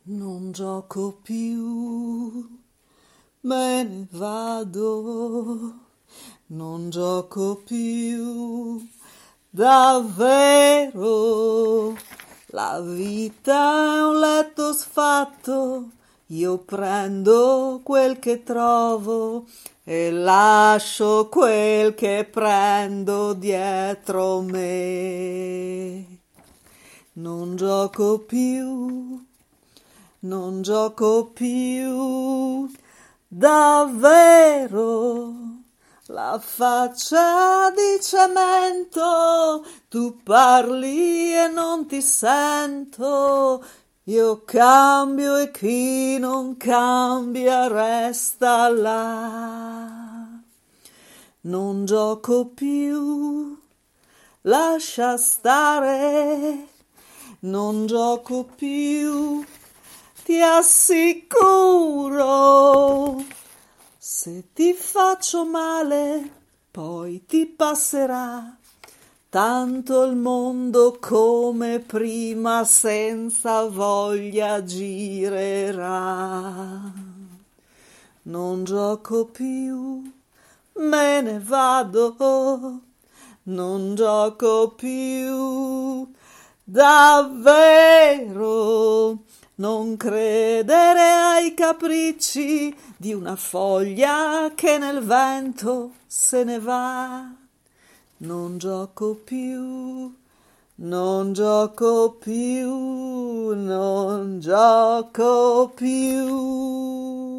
Non gioco più, me ne vado, non gioco più, davvero. La vita è un letto sfatto, io prendo quel che trovo e lascio quel che prendo dietro me. Non gioco più, non gioco più, davvero. La faccia di cemento, tu parli e non ti sento. Io cambio e chi non cambia resta là. Non gioco più, lascia stare. Non gioco più, ti assicuro. Se ti faccio male, poi ti passerà. Tanto il mondo come prima senza voglia girerà. Non gioco più, me ne vado. Non gioco più, davvero. Non credere ai capricci di una foglia che nel vento se ne va. Non gioco più, non gioco più, non gioco più.